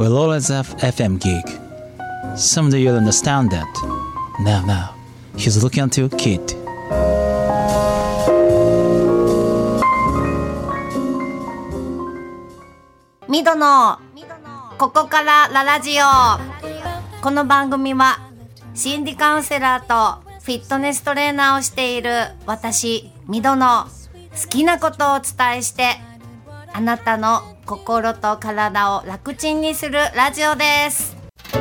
will always have FM gig. Someday you'll understand that. Now, he's looking at you, kid. ミドのここからララジオ。この番組は心理カウンセラーとフィットネストレーナーをしている私ミドの好きなことをお伝えして、あなたの心と体を楽ちんにするラジオです。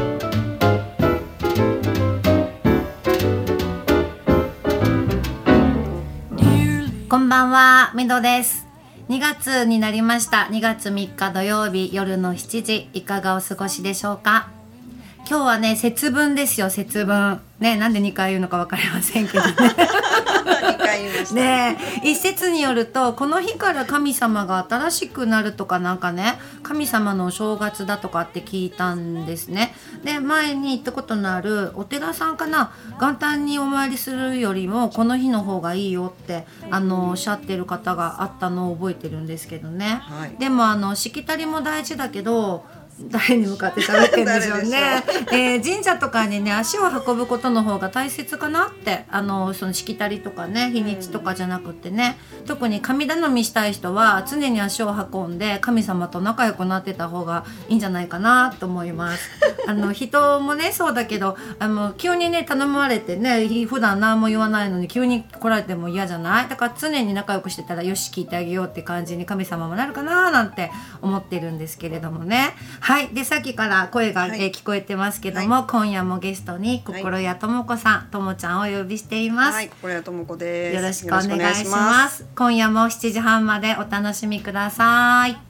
こんばんは、ミドです。2月になりました。2月3日土曜日夜の7時、いかがお過ごしでしょうか。今日はね、節分ですよ、節分ね。なんで2回言うのか分かりませんけどね 2回言いましたね。一説によると、この日から神様が新しくなるとか、なんかね、神様のお正月だとかって聞いたんですね。で、前に行ったことのあるお寺さんかな、元旦にお参りするよりもこの日の方がいいよっておっしゃってる方があったのを覚えてるんですけどね、はい、でもしきたりも大事だけど、誰に向かって喋ってるんでしょうね神社とかにね、足を運ぶことの方が大切かなって、そのしきたりとかね、日にちとかじゃなくてね、特に神頼みしたい人は常に足を運んで神様と仲良くなってた方がいいんじゃないかなと思います人もね、そうだけど急にね頼まれてね、普段何も言わないのに急に来られても嫌じゃない。だから常に仲良くしてたら、よし聞いてあげようって感じに神様もなるかななんて思ってるんですけれどもね。はい。で、さっきから声が、聞こえてますけども、今夜もゲストに心谷智子さん、ともちゃんをお呼びしています。 心谷智子です。 よろしくお願いします。今夜も7時半までお楽しみください。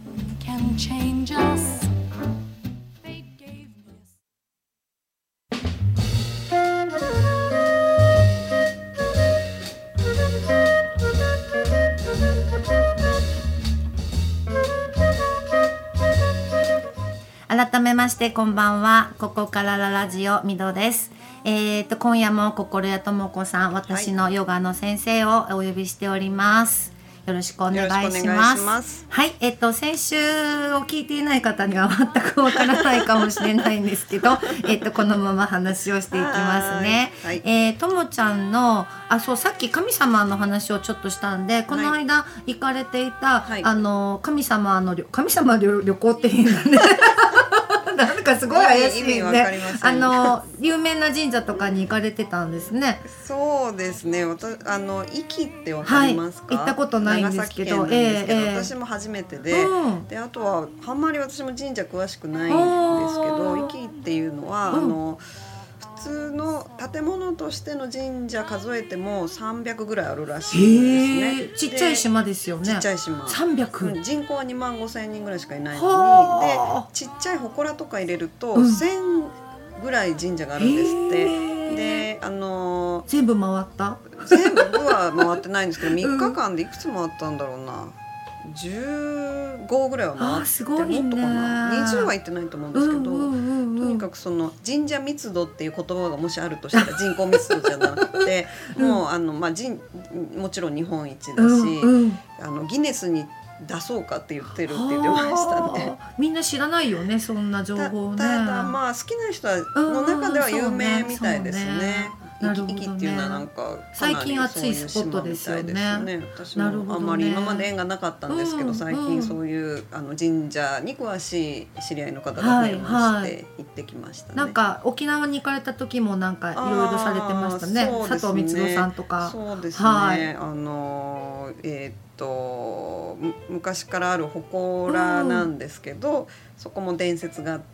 改めましてこんばんは。ここからラジオミドです。今夜も心谷智子さん、私のヨガの先生をお呼びしております。よろしくお願いします。はい。先週を聞いていない方には全くわからないかもしれないんですけどこのまま話をしていきますね。ともちゃんのそう、さっき神様の話をちょっとしたんで、この間行かれていた、神様旅行っていうんだねなんかすごい怪しいね。有名な神社とかに行かれてたんですね。 そうですね。壱岐ってわかりますか？ 行ったことないんですけど、 私も初めてで、であとはあんまり私も神社詳しくないんですけど、壱岐っていうのは普通の建物としての神社数えても300ぐらいあるらしいんですね。 ちっちゃい島ですよね。 ちっちゃい島。 300。 人口は25,000人ぐらいしかいないのに、でちっちゃい祠とか入れると1000ぐらい神社があるんですって。で全部回った？ 全部は回ってないんですけど、3日間でいくつ回ったんだろうな。15ぐらいは回ってもっとかな、20は行ってないと思うんですけど、とにかくその神社密度っていう言葉がもしあるとしたら人口密度じゃなくてもうもちろん日本一だし、ギネスに出そうかって言ってるって言ってましたね。 みんな知らないよね、そんな情報ね。 ただ好きな人の中では有名みたいですね。壱岐っていうのはなんか最近暑いスポットですよね。 私もあんまり今まで縁がなかったんですけど、最近そういう神社に詳しい知り合いの方が増えまして行ってきましたね。 なんか沖縄に行かれた時もなんかいろいろされてましたね。佐藤光郎さんとか。 そうですね。昔からある祠なんですけど、そこも伝説があって、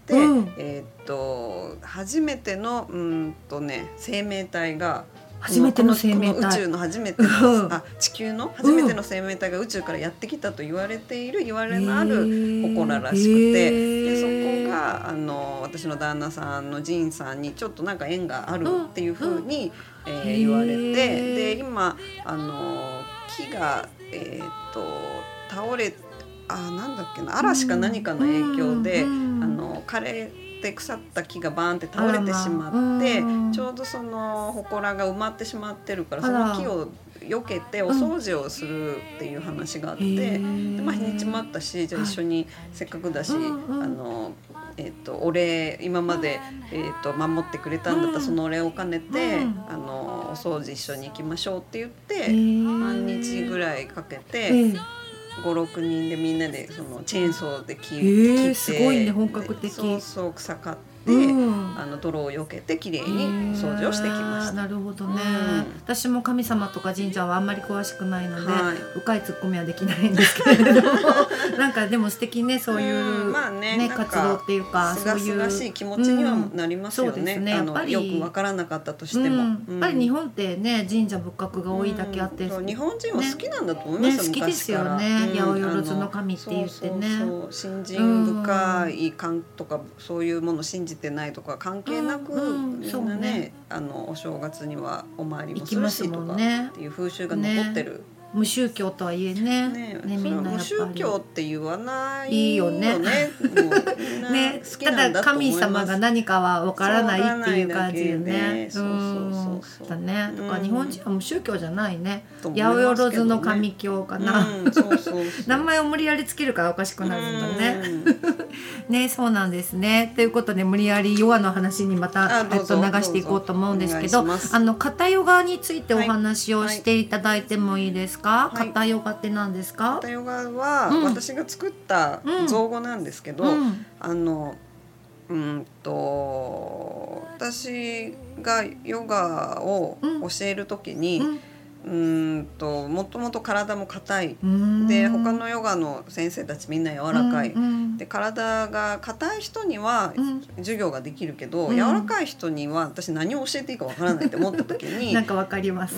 初めての生命体が初めての生命体、 この宇宙の初めての地球の初めての生命体が宇宙からやってきたと言われている、言われのある祠らしくて、でそこが私の旦那さんの仁さんにちょっとなんか縁があるっていうふうに言われて、で今木が倒れなんだっけな、嵐か何かの影響で枯れて腐った木がバーンって倒れてしまって、ちょうどその祠が埋まってしまってるから、その木を避けてお掃除をするっていう話があって、で日にちもあったし、じゃあ一緒にせっかくだしお礼今まで、守ってくれたんだったらそのお礼を兼ねて、お掃除一緒に行きましょうって言って、半日ぐらいかけて、5、6人でみんなでそのチェーンソーで切って、 すごいね、本格的。 そう草刈って、泥を避けてきれいに掃除をしてきました。 なるほどね、私も神様とか神社はあんまり詳しくないので、深いツッコミはできないんですけれどもなんかでも素敵ね、そういう、活動っていうか、 すがすがしい気持ちにはなりますよね。やっぱりよくわからなかったとしても、やっぱり日本ってね、神社仏閣が多いだけあって、 日本人は好きなんだと思いますよ、 好きですよね、八百万の神って言ってね。 信心深い感とかそういうものを信じてないとか関係なく、みんなね、お正月にはお参りもするしとかっていう風習が残ってる。 無宗教とはいえね、みんなやっぱり無宗教って言わないよね。 ね、ただ神様が何かは分からないっていう感じよね。だね。とか日本人は無宗教じゃないね。八百万の神教かな。名前を無理やりつけるからおかしくなるんだね。ね、そうなんですね。ということで無理やりヨガの話にまた流していこうと思うんですけど、肩ヨガについてお話をしていただいてもいいですか？肩ヨガって何ですか？ 肩ヨガは私が作った造語なんですけど、私がヨガを教えるときに、もともと体も硬いで、他のヨガの先生たちみんな柔らかい、で体が硬い人には授業ができるけど、柔らかい人には私何を教えていいかわからないって思った時になんかわかります。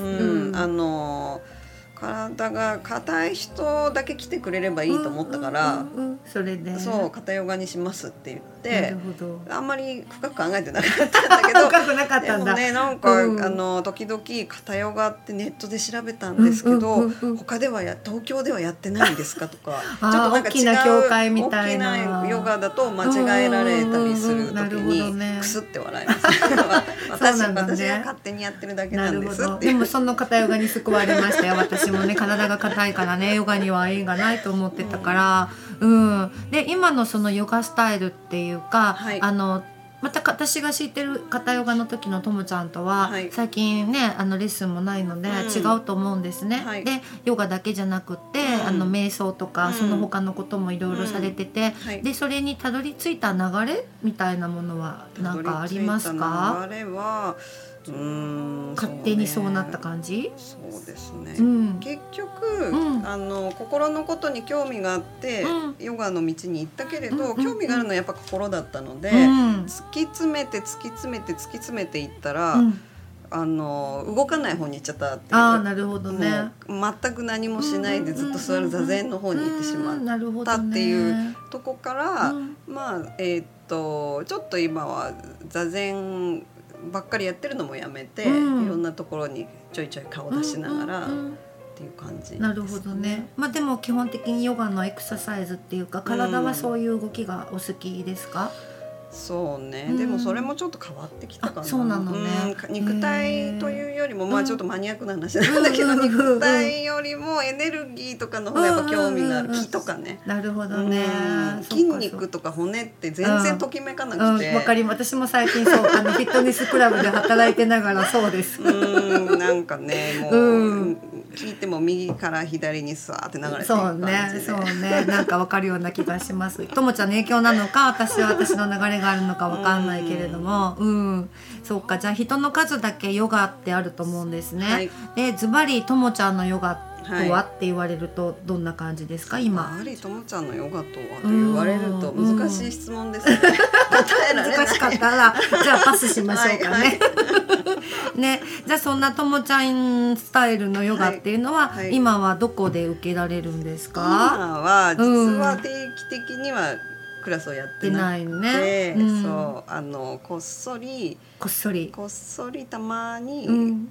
体が硬い人だけ来てくれればいいと思ったから、 それで肩ヨガにしますって言って、あんまり深く考えてなかったんだけど深くなかったんだ。 でもね、なんか、時々肩ヨガってネットで調べたんですけど、他では東京ではやってないんですかとかちょっとなんか違う大きなヨガだと間違えられたりする時にクスって笑います私が勝手にやってるだけなんですって。 でもその肩ヨガに救われましたよ。私もね、体が硬いからね、ヨガには縁がないと思ってたから、で今のそのヨガスタイルっていうか、また私が知ってる肩ヨガの時のともちゃんとは、最近ねレッスンもないので違うと思うんですね。でヨガだけじゃなくって、瞑想とか、その他のこともいろいろされてて、でそれにたどり着いた流れみたいなものは何かありますか？ 流れは勝手にそうなった感じ？ そうですね、結局、心のことに興味があって、ヨガの道に行ったけれど、興味があるのはやっぱ心だったので、突き詰めていったら、動かない方に行っちゃったっていう。 なるほどね。 全く何もしないでずっと座る座禅の方に行ってしまったっていうとこから、ちょっと今は座禅ばっかりやってるのもやめて、いろんなところにちょいちょい顔出しながらっていう感じですね。 なるほどね。でも基本的にヨガのエクササイズっていうか、体はそういう動きがお好きですか？ そうね、でもそれもちょっと変わってきたかな。 そうなのね。 肉体というよりも、ちょっとマニアックな話なんだけど、肉体よりもエネルギーとかの方がやっぱ興味がある。気とかね。 なるほどね。 筋肉とか骨って全然ときめかなくて。 わかります。私も最近そう、フィットネスクラブで働いてながらそうです。 なんかね、もう聞いても右から左にスワーって流れてる感じで。 そうね、なんかわかるような気がします。ともちゃんの影響なのか、私の流れがあるのかわかんないけれども、そうか。じゃあ人の数だけヨガってあると思うんですね。でズバリともちゃんのヨガとはって言われるとどんな感じですか今？ ともちゃんのヨガとはと言われると難しい質問ですね。答えられない。 難しかったらじゃあパスしましょうかね。ね、じゃあそんなともちゃんスタイルのヨガっていうのは、今はどこで受けられるんですか？ 今は実は定期的にはクラスをやってなくて、そうこっそりたまに、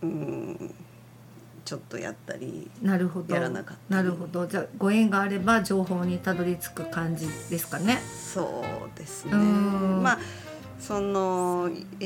ちょっとやったりやらなかったり。 なるほど。じゃあご縁があれば情報にたどり着く感じですかね。 そうですね。その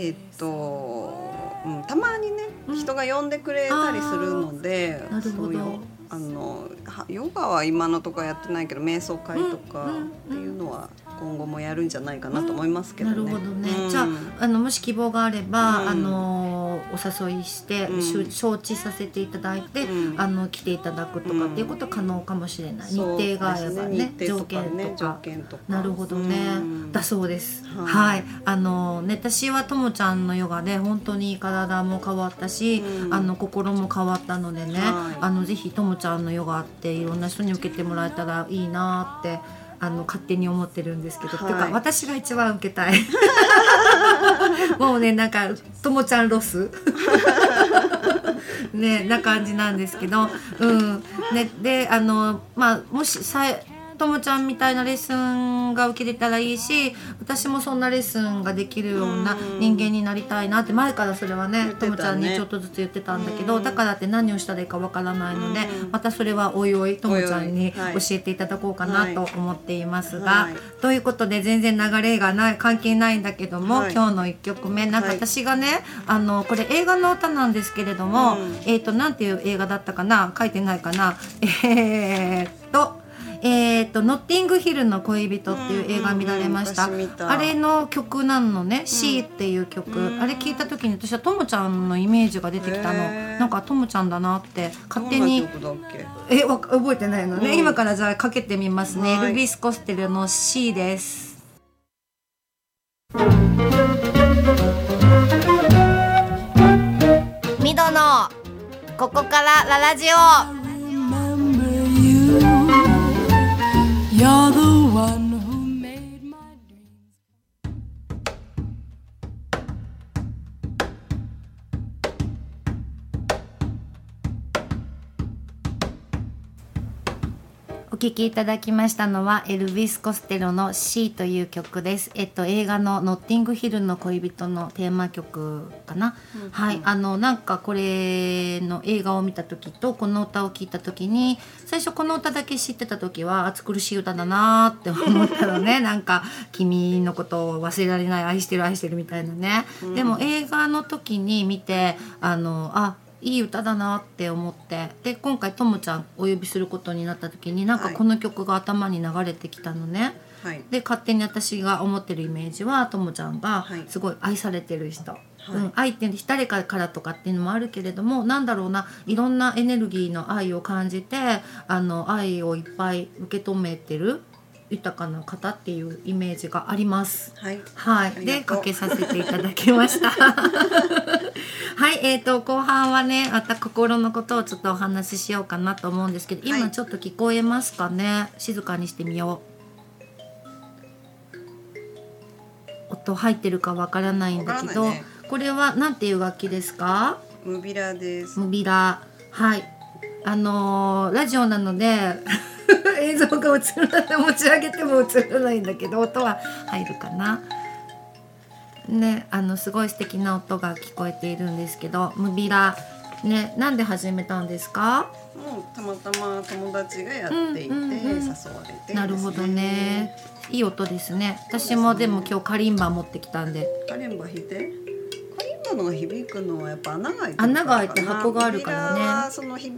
たまにね、人が呼んでくれたりするので、そういうヨガは今のところやってないけど瞑想会とかっていうのは今後もやるんじゃないかなと思いますけどね。 なるほどね、じゃあもし希望があれば、お誘いして、承知させていただいて、来ていただくとかっていうこと可能かもしれない、日程があればね、条件とかなるほどね、だそうです。はい、私はともちゃんのヨガで本当に体も変わったし、心も変わったのでね、ぜひともちゃんのヨガっていろんな人に受けてもらえたらいいなって勝手に思ってるんですけど、てか私が一番受けたいもうね、なんかともちゃんロスね、な感じなんですけど、ね、でもしともちゃんみたいなレッスンが受けれたらいいし、私もそんなレッスンができるような人間になりたいなって前からそれはねともちゃんにちょっとずつ言ってたんだけど、だからって何をしたらいいかわからないので、またそれはおいおいともちゃんに教えていただこうかなと思っていますが、ということで全然流れが関係ないんだけども、今日の1曲目なんか私がねこれ映画の歌なんですけれども、なんていう映画だったかな、書いてないかな、ノッティングヒルの恋人っていう映画見られました？あれの曲なのね、シーっていう曲、あれ聞いた時に私はともちゃんのイメージが出てきたの。なんかともちゃんだなって勝手に覚えてないのね、今からじゃあかけてみますね。エルビス・コステルのシーです。ミドのここからララジオ。You're the one who made my dreams. お聴きいただきましたのはエルビス・コステロの C という曲です。映画のノッティングヒルの恋人のテーマ曲かな、はい、なんかこれの映画を見た時とこの歌を聴いた時に、最初この歌だけ知ってた時は暑苦しい歌だなって思ったのねなんか君のことを忘れられない、愛してる愛してるみたいなね、でも映画の時に見ていい歌だなって思って、で今回ともちゃんお呼びすることになった時になんかこの曲が頭に流れてきたのね、で勝手に私が思ってるイメージはともちゃんがすごい愛されてる人、愛って誰かからとかっていうのもあるけれども、なんだろうな、いろんなエネルギーの愛を感じて愛をいっぱい受け止めてる豊かな方っていうイメージがあります。でかけさせていただきましたはい、後半はねまた心のことをちょっとお話ししようかなと思うんですけど、今ちょっと聞こえますかね、静かにしてみよう。音入ってるかわからないんだけど、これはなんていう楽器ですか？ ムビラです。 ムビラ、はい、ラジオなので映像が映らない、持ち上げても映らないんだけど音は入るかなね。すごい素敵な音が聞こえているんですけど、ムビラね、なんで始めたんですか？ もうたまたま友達がやっていて、誘われてですね。 なるほどね、いい音ですね。私もでも今日カリンバ持ってきたんで、 カリンバ弾いて、カリンバのが響くのはやっぱ穴が開いてるからかな。 穴が開いて箱があるからね。 はその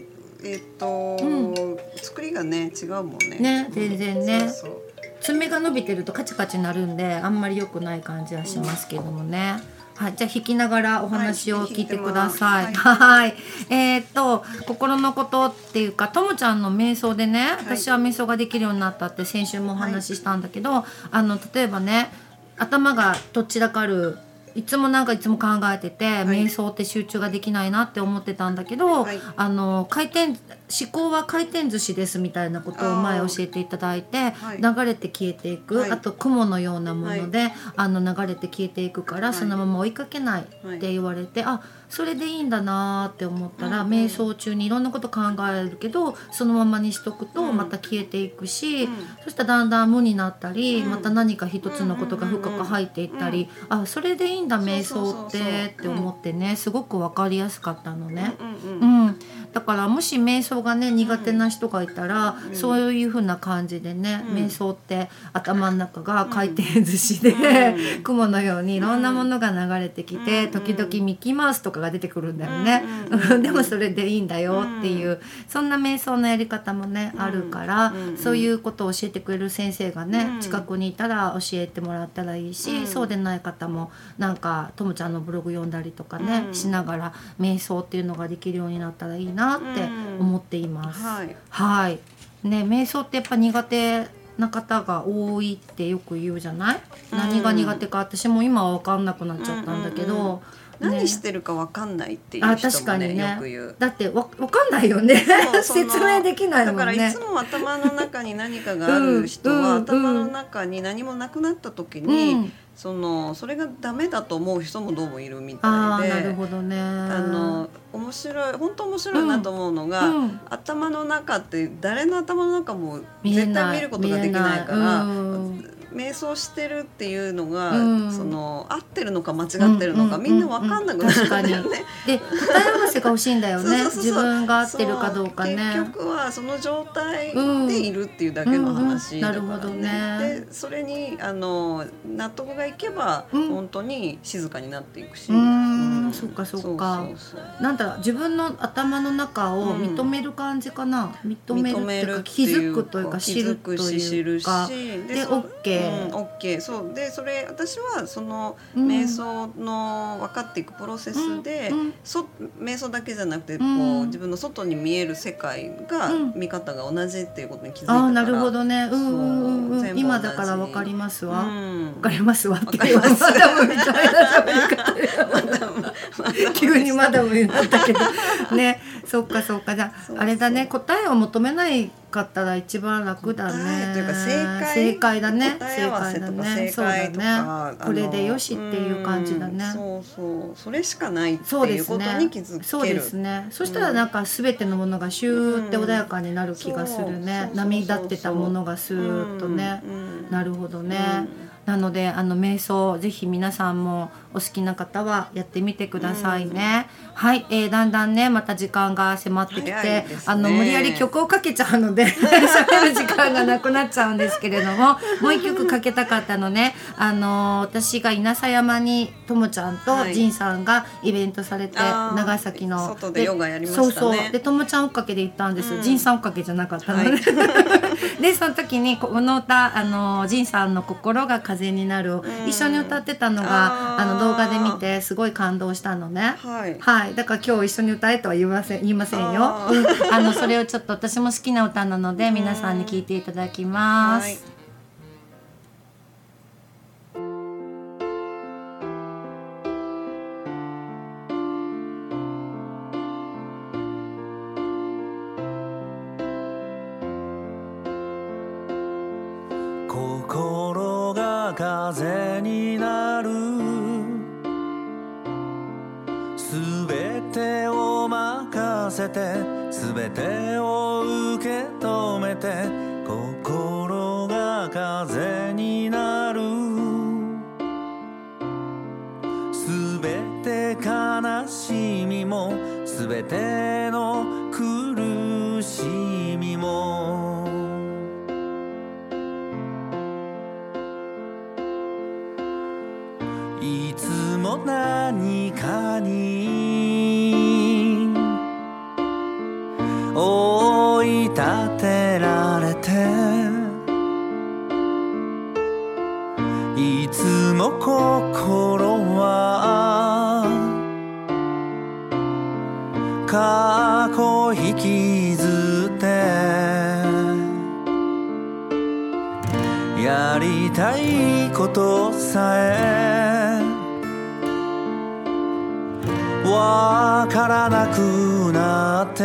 作りがね違うもんね。 ね、全然ね。爪が伸びてるとカチカチなるんであんまり良くない感じはしますけどもね。はい、じゃあ弾きながらお話を聞いてください。はい、心のことっていうか、ともちゃんの瞑想でね、私は瞑想ができるようになったって先週もお話ししたんだけど、例えばね、頭がどちらかる、いつも考えてて、瞑想って集中ができないなって思ってたんだけど、思考は回転寿司ですみたいなことを前教えていただいて、流れて消えていく、あと雲のようなもので、流れて消えていくから、そのまま追いかけないって言われて、それでいいんだなって思ったら、瞑想中にいろんなこと考えるけどそのままにしとくとまた消えていくし、そしたらだんだん無になったり、また何か一つのことが深く入っていったり、それでいいんだ瞑想って思ってね、すごく分かりやすかったのね。だからもし瞑想想がね苦手な人がいたら、そういう風な感じでね、瞑想って頭の中が回転寿司で、雲のようにいろんなものが流れてきて、時々ミッキーマウスとかが出てくるんだよね、でもそれでいいんだよっていう、そんな瞑想のやり方もねあるから、そういうことを教えてくれる先生がね、近くにいたら教えてもらったらいいし、そうでない方もなんかともちゃんのブログ読んだりとかね、しながら瞑想っていうのができるようになったらいいなって思っています。はい、ね、瞑想ってやっぱ苦手な方が多いってよく言うじゃない、何が苦手か私も今は分かんなくなっちゃったんだけど、 何してるか分かんないっていう人もね、よく言う。 だって分かんないよね説明できないもんね。 だからいつも頭の中に何かがある人は、頭の中に何もなくなった時に、それがダメだと思う人もどうもいるみたいで、 なるほどね。 面白い、本当面白いなと思うのが、頭の中って誰の頭の中も絶対見ることができないから、瞑想してるっていうのが、合ってるのか間違ってるのか、みんな分かんなくなるんだよね。 で、答え合わせが欲しいんだよね。自分が合ってるかどうかね。 結局はその状態でいるっていうだけの話だからね。 なるほどね。 で、それに納得がいけば、本当に静かになっていくし。 そっかそっか。なんだろう、自分の頭の中を認める感じかな。認めるっていうか気づくというか知るというかで OK。そうで、それ私はその瞑想の分かっていくプロセスで、瞑想だけじゃなくてこう自分の外に見える世界が、見方が同じっていうことに気づいたから。 なるほどね。今だから分かりますわ。分かりますわっていうマダムみたいな喋り方急にマダムになったけどね。そっかそっか。じゃああれだね、答えを求めないかったら一番楽だね。 というか正解だね。 答え合わせとか正解とか、 これでよしっていう感じだね。 それしかないっていうことに気づける。 そうですね。そしたらなんか全てのものがシューって穏やかになる気がするね。波立ってたものがスーッとね。なるほどね。なので瞑想ぜひ皆さんもお好きな方はやってみてくださいね。はい、だんだんねまた時間が迫ってきて、無理やり曲をかけちゃうので喋る時間がなくなっちゃうんですけれども、もう一曲かけたかったのね。私が稲佐山にともちゃんと仁さんがイベントされて、長崎の外でヨガやりましたね。 でともちゃん追っかけで行ったんです。仁さん追っかけじゃなかったので、でその時にこの歌仁さんの心が風になるを一緒に歌ってたのが動画で見てすごい感動したのね。はい、だから今日一緒に歌えとは言いませんよ。それをちょっと私も好きな歌なので皆さんに聴いていただきます。 心が風になる、すべてを任せて、すべてを受け止めて、心が風になる、すべて悲しみも、すべての苦しみも、いつも何かに追い立てられて、いつも心は過去引きずって、やりたいことさえわからなくなって、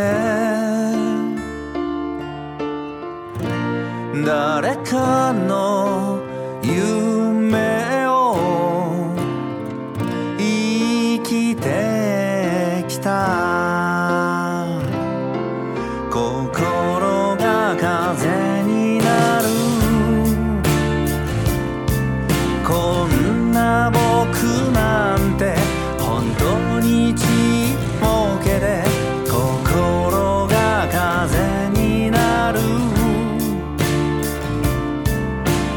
誰かの夢を生きてきた、心が風になる、こんな僕なんて本当にちっぽけで、心が風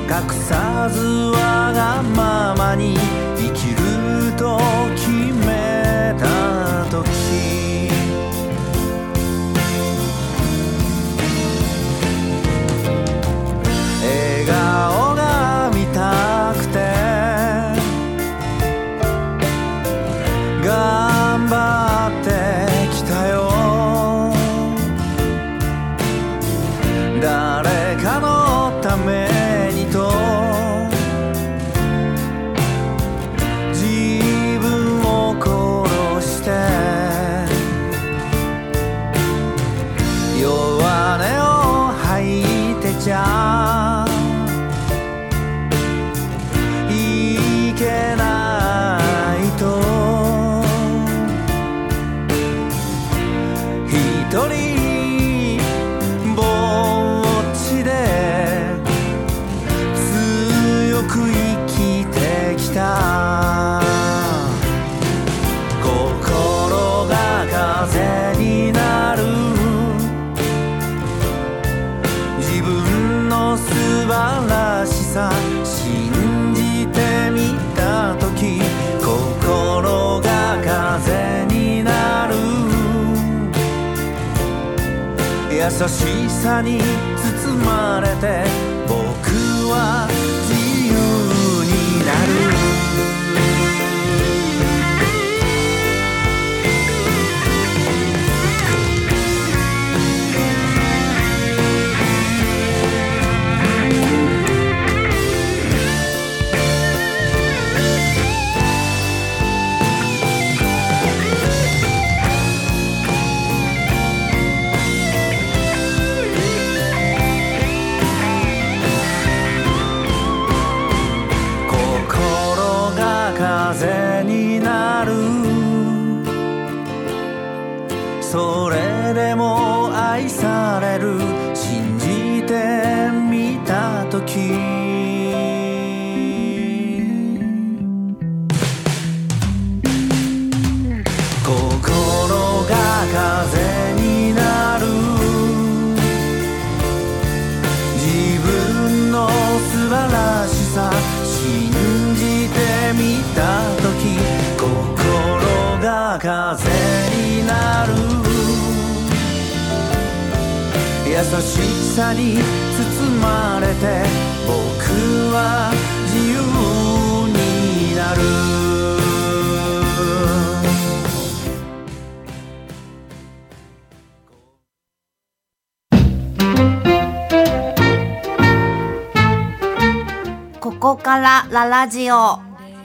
隠さずわがままに生きると決めた時、笑顔が見たくて頑張ってきたよ。誰かのためにと自分を殺して弱音を吐いてちゃいけないと一人ぼっちで強く生きてきた。心が風になる自分の素晴らしさ信じてみたとき、心が風になる優しさに包まれて僕は自由になる。心が風になるそれでも愛される信じてみたとき、心が風になる自分の素晴らしさ信じてみたとき、心が風になる優しさに包まれて僕は自由になる。 ここからララジオ。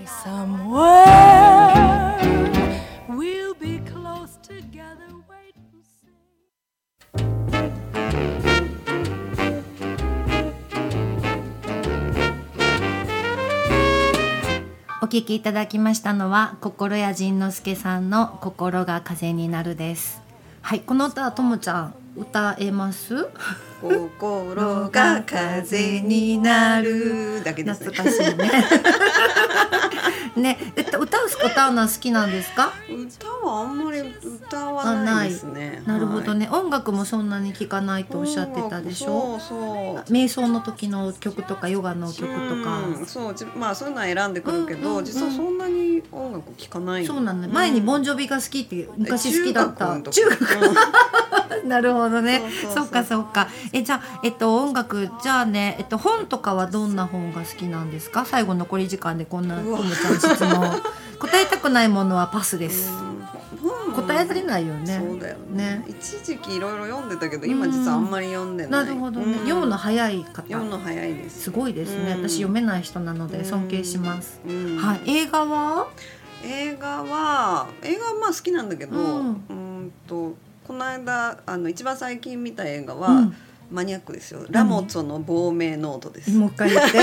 お聞きいただきましたのは心谷仁之助さんの心が風になるです。はい、この歌はともちゃん歌えます？ 心が風になるだけですね。 懐かしいね。ね、歌うのは好きなんですか？ 歌はあんまり歌わないですね。 なるほどね、はい、音楽もそんなに聴かないとおっしゃってたでしょ。 そう瞑想の時の曲とかヨガの曲とか、 そういうのは選んでくるけど、実はそんなに音楽聴かない。 そうなんだ、前にボンジョビが好きって昔好きだった。 中学なるほどね。そっか。じゃあ音楽じゃあね、本とかはどんな本が好きなんですか？最後残り時間でこんなともちゃん質問。答えたくないものはパスです。答えられないよね。 そうだよね。一時期いろいろ読んでたけど今実はあんまり読んでない。 なるほどね。読むの早い方。 読むの早いです。 すごいですね。私読めない人なので尊敬します。はい。映画はまあ好きなんだけど、この間一番最近見た映画は、マニアックですよ。ラモツォの亡命ノートです。 もう一回言って。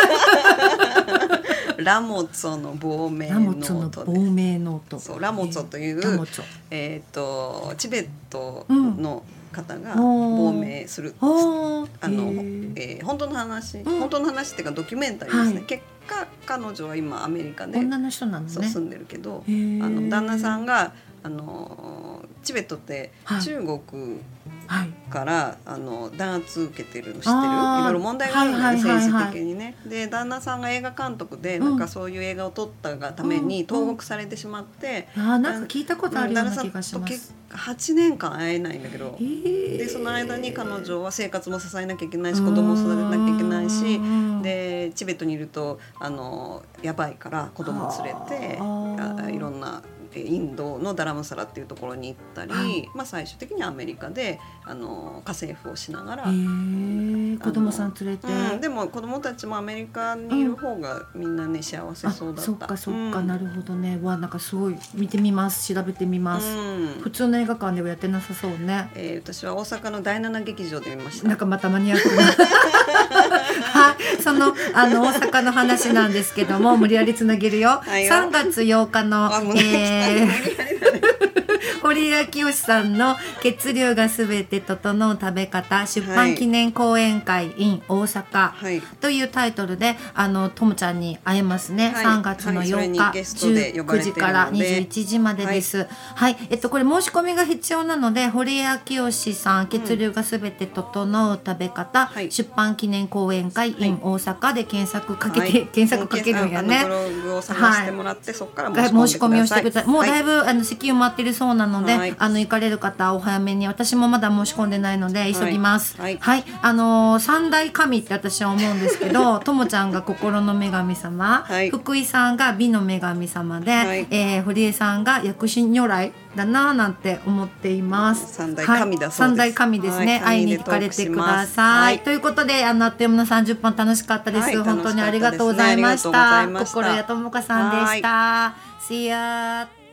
ラモツォの亡命ノートです。 亡命ノート。 そう、ラモツォというチベットの方が亡命する、本当の話っていうかドキュメンタリーですね。結果彼女は今アメリカで女の人なのね。 住んでるけど、旦那さんがチベットってはい中国はいから弾圧受けてるの知ってる？いあーろいろ問題があるんだよね、 はいはいはいはい政治的にね。で旦那さんが映画監督でなんかそういう映画を撮ったがために投獄されてしまって、 なんか聞いたことあるような気がし旦那さんとます。 8年間会えないんだけど、でその間に彼女は生活も支えなきゃいけないし子供を育てなきゃいけないし、でチベットにいるとやばいから子供を連れていろんなインドのダラムサラっていうところに行ったり、 はい最終的にアメリカで家政婦をしながら、 子供さん連れて、 でも子供たちもアメリカにいる方がみんなね幸せそうだった。 そっかそっか、なるほどね。わなんかすごい見てみます、調べてみます、普通の映画館ではやってなさそうね。 私は大阪の第7劇場で見ました。 なんかまたマニアックなはい、その大阪の話なんですけども無理やりつなげるよ。 はいよ 3月8日の堀江清さんの血流がすべて整う食べ方出版記念講演会 in 大阪、 はいというタイトルでともちゃんに会えますね、 はい 3月のはいそれ 8日、 にゲストで呼ばれ 19 てるので時から21時までです。はい、これ申し込みが必要なので堀江清さん血流がすべて整う食べ方、 はい出版記念講演会 in 大阪で検索かけて、 はい検索かけるんやね。 ブログを探してもらって、そこから申し込みをしてください。もうだいぶぶ、席埋まってるそうなので、 はい行かれる方はお早めに。私もまだ申し込んでないので急ぎます。 はいはい、三大神って私は思うんですけどともちゃんが心の女神様、 はい福井さんが美の女神様で、 はい堀江さんが薬師如来だななんて思っています。 三大神だそうです。 三大神ですね。 はい会いに行かれてください。 はいということであっという間の30分楽しかったです。 はい本当にありがとうございました。 楽しかったですねありがとうございました心谷智香さんでした。See ya.